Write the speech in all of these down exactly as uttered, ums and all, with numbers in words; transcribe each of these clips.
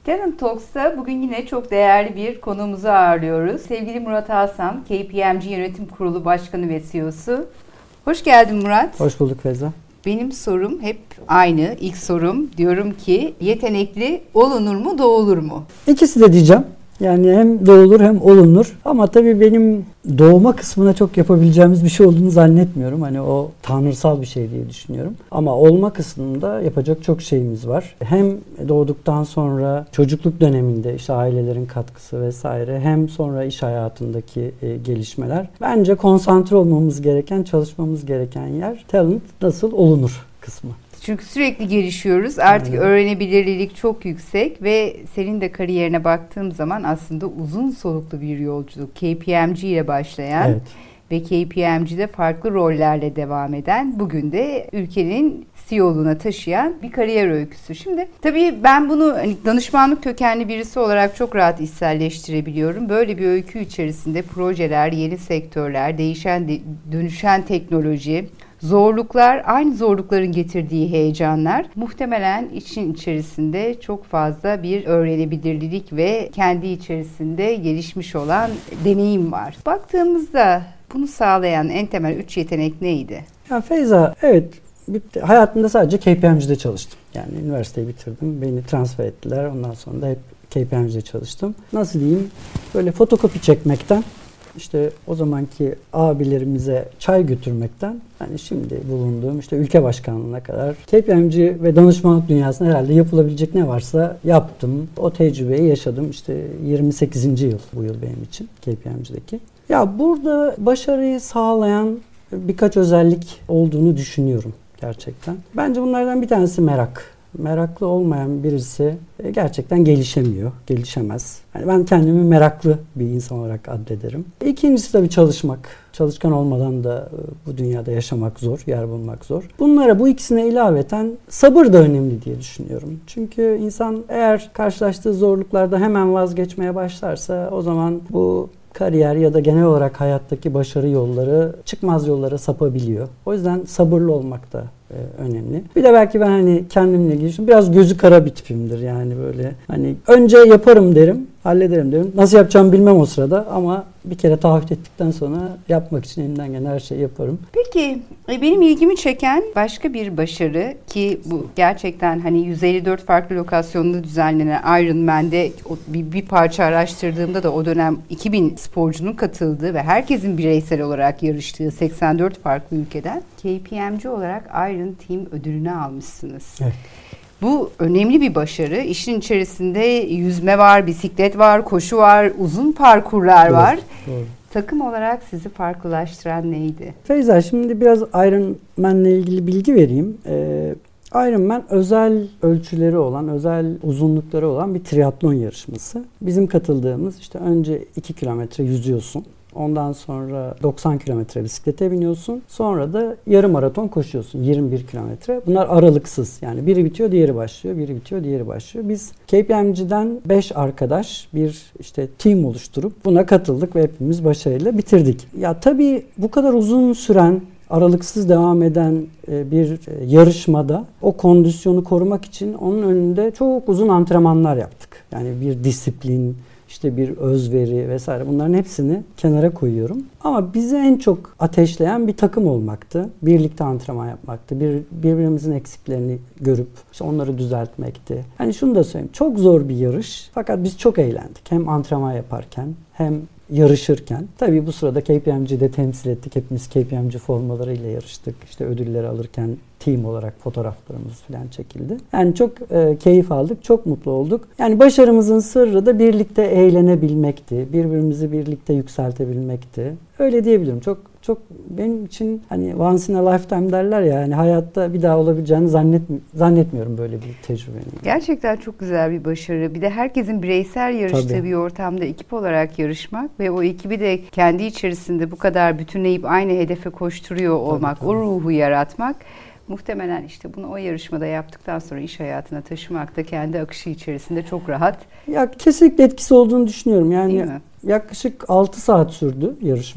Talent Talks'ta bugün yine çok değerli bir konuğumuzu ağırlıyoruz. Sevgili Murat Asam, K P M G Yönetim Kurulu Başkanı ve C E O'su. Hoş geldin Murat. Hoş bulduk Feyza. Benim sorum hep aynı. İlk sorum, diyorum ki yetenekli olunur mu, doğulur mu? İkisi de diyeceğim. Yani hem doğulur hem olunur. Ama tabii benim doğma kısmına çok yapabileceğimiz bir şey olduğunu zannetmiyorum. Hani o tanrısal bir şey diye düşünüyorum. Ama olma kısmında yapacak çok şeyimiz var. Hem doğduktan sonra çocukluk döneminde işte ailelerin katkısı vesaire, hem sonra iş hayatındaki e, gelişmeler. Bence konsantre olmamız gereken, çalışmamız gereken yer talent nasıl olunur kısmı. Çünkü sürekli gelişiyoruz. Artık Aynen. Öğrenebilirlik çok yüksek ve senin de kariyerine baktığım zaman aslında uzun soluklu bir yolculuk. K P M G ile başlayan Evet. ve K P M G'de farklı rollerle devam eden, bugün de ülkenin C E O'luğuna taşıyan bir kariyer öyküsü. Şimdi tabii ben bunu hani danışmanlık kökenli birisi olarak çok rahat içselleştirebiliyorum. Böyle bir öykü içerisinde projeler, yeni sektörler, değişen, dönüşen teknoloji, zorluklar, aynı zorlukların getirdiği heyecanlar, muhtemelen için içerisinde çok fazla bir öğrenebilirlik ve kendi içerisinde gelişmiş olan deneyim var. Baktığımızda bunu sağlayan en temel üç yetenek neydi? Ya Feyza, evet, hayatımda sadece K P M G'de çalıştım. Yani üniversiteyi bitirdim, beni transfer ettiler. Ondan sonra da hep K P M G'de çalıştım. Nasıl diyeyim, böyle fotokopi çekmekten, İşte o zamanki abilerimize çay götürmekten, hani şimdi bulunduğum işte ülke başkanlığına kadar K P M G ve danışmanlık dünyasında herhalde yapılabilecek ne varsa yaptım. O tecrübeyi yaşadım. İşte yirmi sekizinci yıl bu yıl benim için K P M G'deki. Ya burada başarıyı sağlayan birkaç özellik olduğunu düşünüyorum gerçekten. Bence bunlardan bir tanesi merak. Meraklı olmayan birisi gerçekten gelişemiyor, gelişemez. Yani ben kendimi meraklı bir insan olarak addederim. İkincisi tabii çalışmak. Çalışkan olmadan da bu dünyada yaşamak zor, yer bulmak zor. Bunlara, bu ikisine ilaveten sabır da önemli diye düşünüyorum. Çünkü insan eğer karşılaştığı zorluklarda hemen vazgeçmeye başlarsa, o zaman bu kariyer ya da genel olarak hayattaki başarı yolları çıkmaz yollara sapabiliyor. O yüzden sabırlı olmak da e, önemli. Bir de belki ben hani kendimle ilgili biraz gözü kara bir tipimdir. Yani böyle hani önce yaparım derim, hallederim derim. Nasıl yapacağımı bilmem o sırada ama bir kere taahhüt ettikten sonra yapmak için elimden gelen her şeyi yaparım. Peki benim ilgimi çeken başka bir başarı, ki bu gerçekten hani yüz elli dört farklı lokasyonda düzenlenen Ironman'de bir, bir parça araştırdığımda da o dönem iki bin sporcunun katıldığı ve herkesin bireysel olarak yarıştığı seksen dört farklı ülkeden K P M G olarak Iron Team ödülünü almışsınız. Evet. Bu önemli bir başarı. İşin içerisinde yüzme var, bisiklet var, koşu var, uzun parkurlar Doğru, var. Doğru. Takım olarak sizi farklılaştıran neydi? Feyza, şimdi biraz Ironman'le ilgili bilgi vereyim. Ee, Ironman özel ölçüleri olan, özel uzunlukları olan bir triatlon yarışması. Bizim katıldığımız işte önce iki kilometre yüzüyorsun. Ondan sonra doksan kilometre bisiklete biniyorsun. Sonra da yarım maraton koşuyorsun. yirmi bir kilometre. Bunlar aralıksız. Yani biri bitiyor, diğeri başlıyor. Biri bitiyor, diğeri başlıyor. Biz K P M G'den beş arkadaş bir işte team oluşturup buna katıldık ve hepimiz başarıyla bitirdik. Ya tabii bu kadar uzun süren, aralıksız devam eden bir yarışmada o kondisyonu korumak için onun önünde çok uzun antrenmanlar yaptık. Yani bir disiplin, İşte bir özveri vesaire, bunların hepsini kenara koyuyorum. Ama bizi en çok ateşleyen bir takım olmaktı. Birlikte antrenman yapmaktı. Bir, birbirimizin eksiklerini görüp işte onları düzeltmekti. Hani şunu da söyleyeyim. Çok zor bir yarış. Fakat biz çok eğlendik. Hem antrenman yaparken hem yarışırken. Tabii bu sırada K P M G'de temsil ettik. Hepimiz K P M G formalarıyla yarıştık. İşte ödülleri alırken team olarak fotoğraflarımız falan çekildi. Yani çok e, keyif aldık, çok mutlu olduk. Yani başarımızın sırrı da birlikte eğlenebilmekti. Birbirimizi birlikte yükseltebilmekti. Öyle diyebilirim. Çok çok benim için hani once in a lifetime derler ya, yani hayatta bir daha olabileceğini zannet, zannetmiyorum böyle bir tecrübenin. Gerçekten çok güzel bir başarı. Bir de herkesin bireysel yarıştığı Tabii. bir ortamda ekip olarak yarışmak ve o ekibi de kendi içerisinde bu kadar bütünleyip aynı hedefe koşturuyor olmak, Tabii, tabii. o ruhu yaratmak. Muhtemelen işte bunu o yarışmada yaptıktan sonra iş hayatına taşımak da kendi akışı içerisinde çok rahat. Ya kesinlikle etkisi olduğunu düşünüyorum. Yani Değil mi? yaklaşık altı saat sürdü yarışma.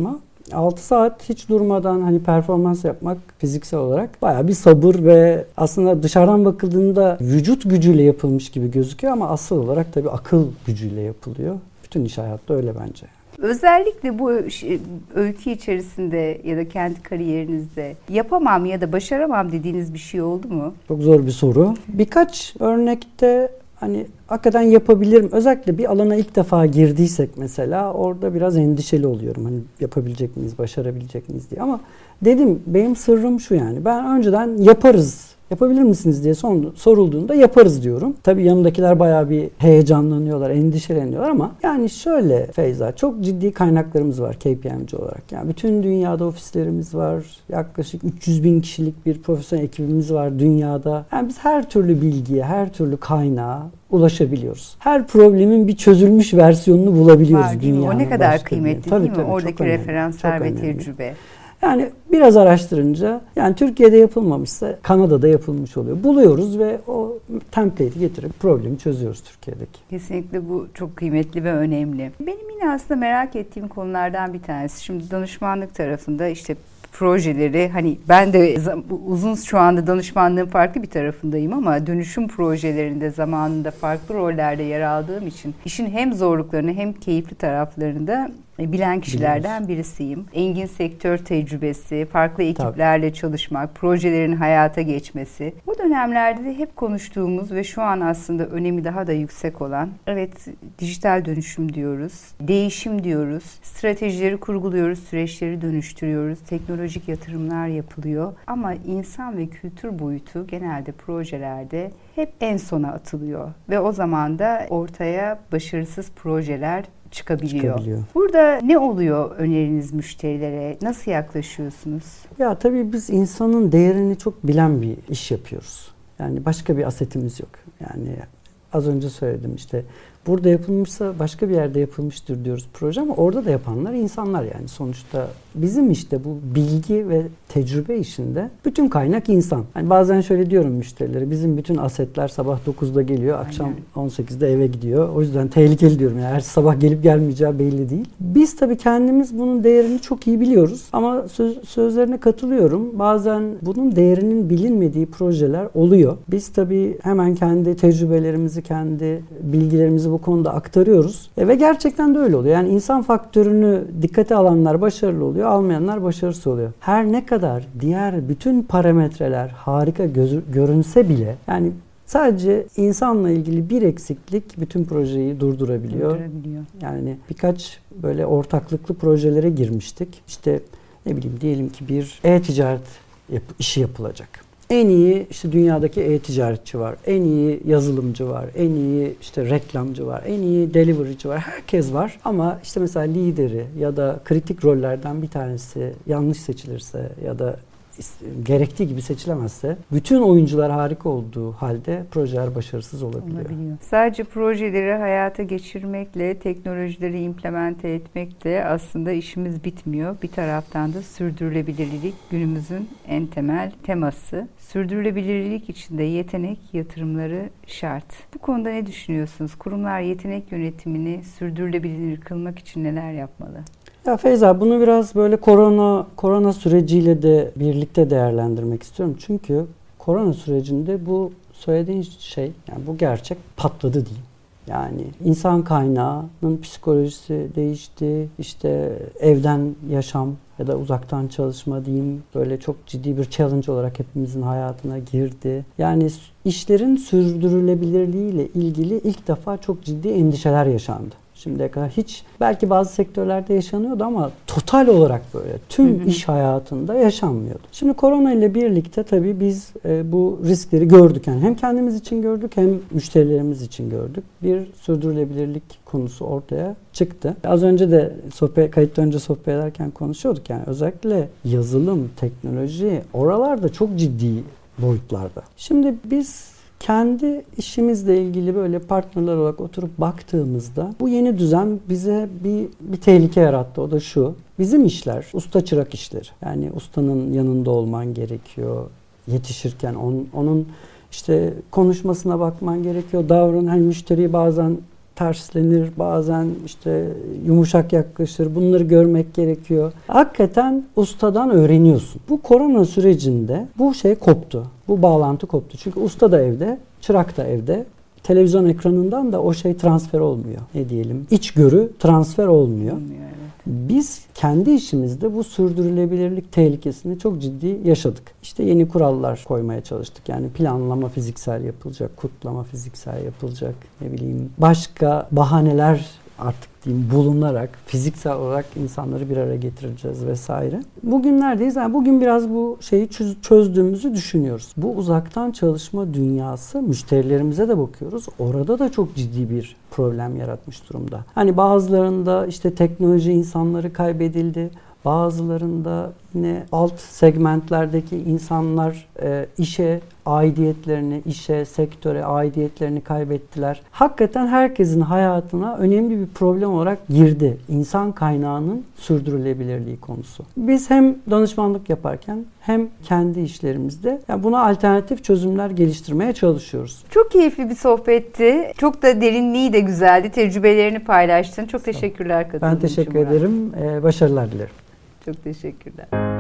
altı saat hiç durmadan hani performans yapmak fiziksel olarak bayağı bir sabır ve aslında dışarıdan bakıldığında vücut gücüyle yapılmış gibi gözüküyor ama asıl olarak tabii akıl gücüyle yapılıyor. Bütün iş hayatta öyle bence. Özellikle bu öykü içerisinde ya da kendi kariyerinizde yapamam ya da başaramam dediğiniz bir şey oldu mu? Çok zor bir soru. Birkaç örnekte hani hakikaten yapabilirim. Özellikle bir alana ilk defa girdiysek mesela orada biraz endişeli oluyorum. Hani yapabilecek miyiz, başarabilecek miyiz diye. Ama dedim benim sırrım şu yani. Ben önceden yaparız, yapabilir misiniz diye sorulduğunda yaparız diyorum. Tabii yanımdakiler bayağı bir heyecanlanıyorlar, endişeleniyorlar ama yani şöyle Feyza, çok ciddi kaynaklarımız var K P M G olarak. Yani bütün dünyada ofislerimiz var. Yaklaşık üç yüz bin kişilik bir profesyonel ekibimiz var dünyada. Yani biz her türlü bilgiye, her türlü kaynağa ulaşabiliyoruz. Her problemin bir çözülmüş versiyonunu bulabiliyoruz var, dünyanın. O ne kadar kıymetli tabii, değil mi? tabii, Oradaki referanslar ve tecrübe. Yani biraz araştırınca yani Türkiye'de yapılmamışsa Kanada'da yapılmış oluyor. Buluyoruz ve o template'i getirip problemi çözüyoruz Türkiye'deki. Kesinlikle bu çok kıymetli ve önemli. Benim yine aslında merak ettiğim konulardan bir tanesi. Şimdi danışmanlık tarafında işte projeleri, hani ben de uzun şu anda danışmanlığın farklı bir tarafındayım ama dönüşüm projelerinde zamanında farklı rollerde yer aldığım için işin hem zorluklarını hem keyifli taraflarını da bilen kişilerden birisiyim. Engin sektör tecrübesi, farklı ekiplerle Tabii. çalışmak, projelerin hayata geçmesi. Bu dönemlerde de hep konuştuğumuz ve şu an aslında önemi daha da yüksek olan, evet dijital dönüşüm diyoruz, değişim diyoruz, stratejileri kurguluyoruz, süreçleri dönüştürüyoruz, teknolojik yatırımlar yapılıyor. Ama insan ve kültür boyutu genelde projelerde hep en sona atılıyor ve o zaman da ortaya başarısız projeler çıkabiliyor. çıkabiliyor. Burada ne oluyor öneriniz müşterilere? Nasıl yaklaşıyorsunuz? Ya tabii biz insanın değerini çok bilen bir iş yapıyoruz. Yani başka bir asetimiz yok. Yani az önce söyledim işte burada yapılmışsa başka bir yerde yapılmıştır diyoruz proje ama orada da yapanlar insanlar yani. Sonuçta bizim işte bu bilgi ve tecrübe işinde bütün kaynak insan. Yani bazen şöyle diyorum müşterilere, bizim bütün asetler sabah dokuzda geliyor, akşam Aynen. on sekizde eve gidiyor. O yüzden tehlikeli diyorum yani her sabah gelip gelmeyeceği belli değil. Biz tabii kendimiz bunun değerini çok iyi biliyoruz ama söz, sözlerine katılıyorum. Bazen bunun değerinin bilinmediği projeler oluyor. Biz tabii hemen kendi tecrübelerimizi, kendi bilgilerimizi bu konuda aktarıyoruz. E ve gerçekten de öyle oluyor. Yani insan faktörünü dikkate alanlar başarılı oluyor, almayanlar başarısız oluyor. Her ne kadar diğer bütün parametreler harika gözü, görünse bile yani sadece insanla ilgili bir eksiklik bütün projeyi durdurabiliyor. Durdurabiliyor. Yani birkaç böyle ortaklıklı projelere girmiştik. İşte ne bileyim diyelim ki bir e-ticaret yap- işi yapılacak. En iyi işte dünyadaki e-ticaretçi var, en iyi yazılımcı var, en iyi işte reklamcı var, en iyi deliveryci var. Herkes var ama işte mesela lideri ya da kritik rollerden bir tanesi yanlış seçilirse ya da gerektiği gibi seçilemezse bütün oyuncular harika olduğu halde projeler başarısız olabiliyor. olabiliyor. Sadece projeleri hayata geçirmekle, teknolojileri implemente etmekle aslında işimiz bitmiyor. Bir taraftan da sürdürülebilirlik günümüzün en temel teması. Sürdürülebilirlik içinde yetenek yatırımları şart. Bu konuda ne düşünüyorsunuz? Kurumlar yetenek yönetimini sürdürülebilir kılmak için neler yapmalı? Ya Feyza, bunu biraz böyle korona korona süreciyle de birlikte değerlendirmek istiyorum. Çünkü korona sürecinde bu söylediğin şey, yani bu gerçek patladı diyeyim. Yani insan kaynağının psikolojisi değişti. İşte evden yaşam ya da uzaktan çalışma diyeyim böyle çok ciddi bir challenge olarak hepimizin hayatına girdi. Yani işlerin sürdürülebilirliğiyle ilgili ilk defa çok ciddi endişeler yaşandı. Şimdiye kadar hiç, belki bazı sektörlerde yaşanıyordu ama total olarak böyle tüm hı hı. iş hayatında yaşanmıyordu. Şimdi korona ile birlikte tabii biz e, bu riskleri gördük. Yani hem kendimiz için gördük hem müşterilerimiz için gördük. Bir sürdürülebilirlik konusu ortaya çıktı. Az önce de sohbet, kayıttan önce sohbet ederken konuşuyorduk. Yani özellikle yazılım, teknoloji oralarda çok ciddi boyutlarda. Şimdi biz kendi işimizle ilgili böyle partnerler olarak oturup baktığımızda bu yeni düzen bize bir bir tehlike yarattı. O da şu: bizim işler usta çırak işleri. Yani ustanın yanında olman gerekiyor. Yetişirken onun, onun işte konuşmasına bakman gerekiyor. Davran, hani müşteriyi bazen terslenir, bazen işte yumuşak yaklaşır. Bunları görmek gerekiyor. Hakikaten ustadan öğreniyorsun. Bu korona sürecinde bu şey koptu. Bu bağlantı koptu. Çünkü usta da evde, çırak da evde. Televizyon ekranından da o şey transfer olmuyor. Ne diyelim? İçgörü transfer olmuyor. olmuyor evet. Biz kendi işimizde bu sürdürülebilirlik tehlikesini çok ciddi yaşadık. İşte yeni kurallar koymaya çalıştık. Yani planlama fiziksel yapılacak, kutlama fiziksel yapılacak. Ne bileyim başka bahaneler artık diyeyim bulunarak fiziksel olarak insanları bir araya getireceğiz vesaire. Bugün neredeyiz? Yani bugün biraz bu şeyi çözdüğümüzü düşünüyoruz. Bu uzaktan çalışma dünyası, müşterilerimize de bakıyoruz. Orada da çok ciddi bir problem yaratmış durumda. Hani bazılarında işte teknoloji insanları kaybedildi. Bazılarında yine alt segmentlerdeki insanlar e, işe aidiyetlerini, işe, sektöre aidiyetlerini kaybettiler. Hakikaten herkesin hayatına önemli bir problem olarak girdi. İnsan kaynağının sürdürülebilirliği konusu. Biz hem danışmanlık yaparken hem kendi işlerimizde yani buna alternatif çözümler geliştirmeye çalışıyoruz. Çok keyifli bir sohbetti. Çok da derinliği de güzeldi. Tecrübelerini paylaştın. Çok teşekkürler katıldığın için. Ben teşekkür ederim. Ee, başarılar dilerim. Çok teşekkürler.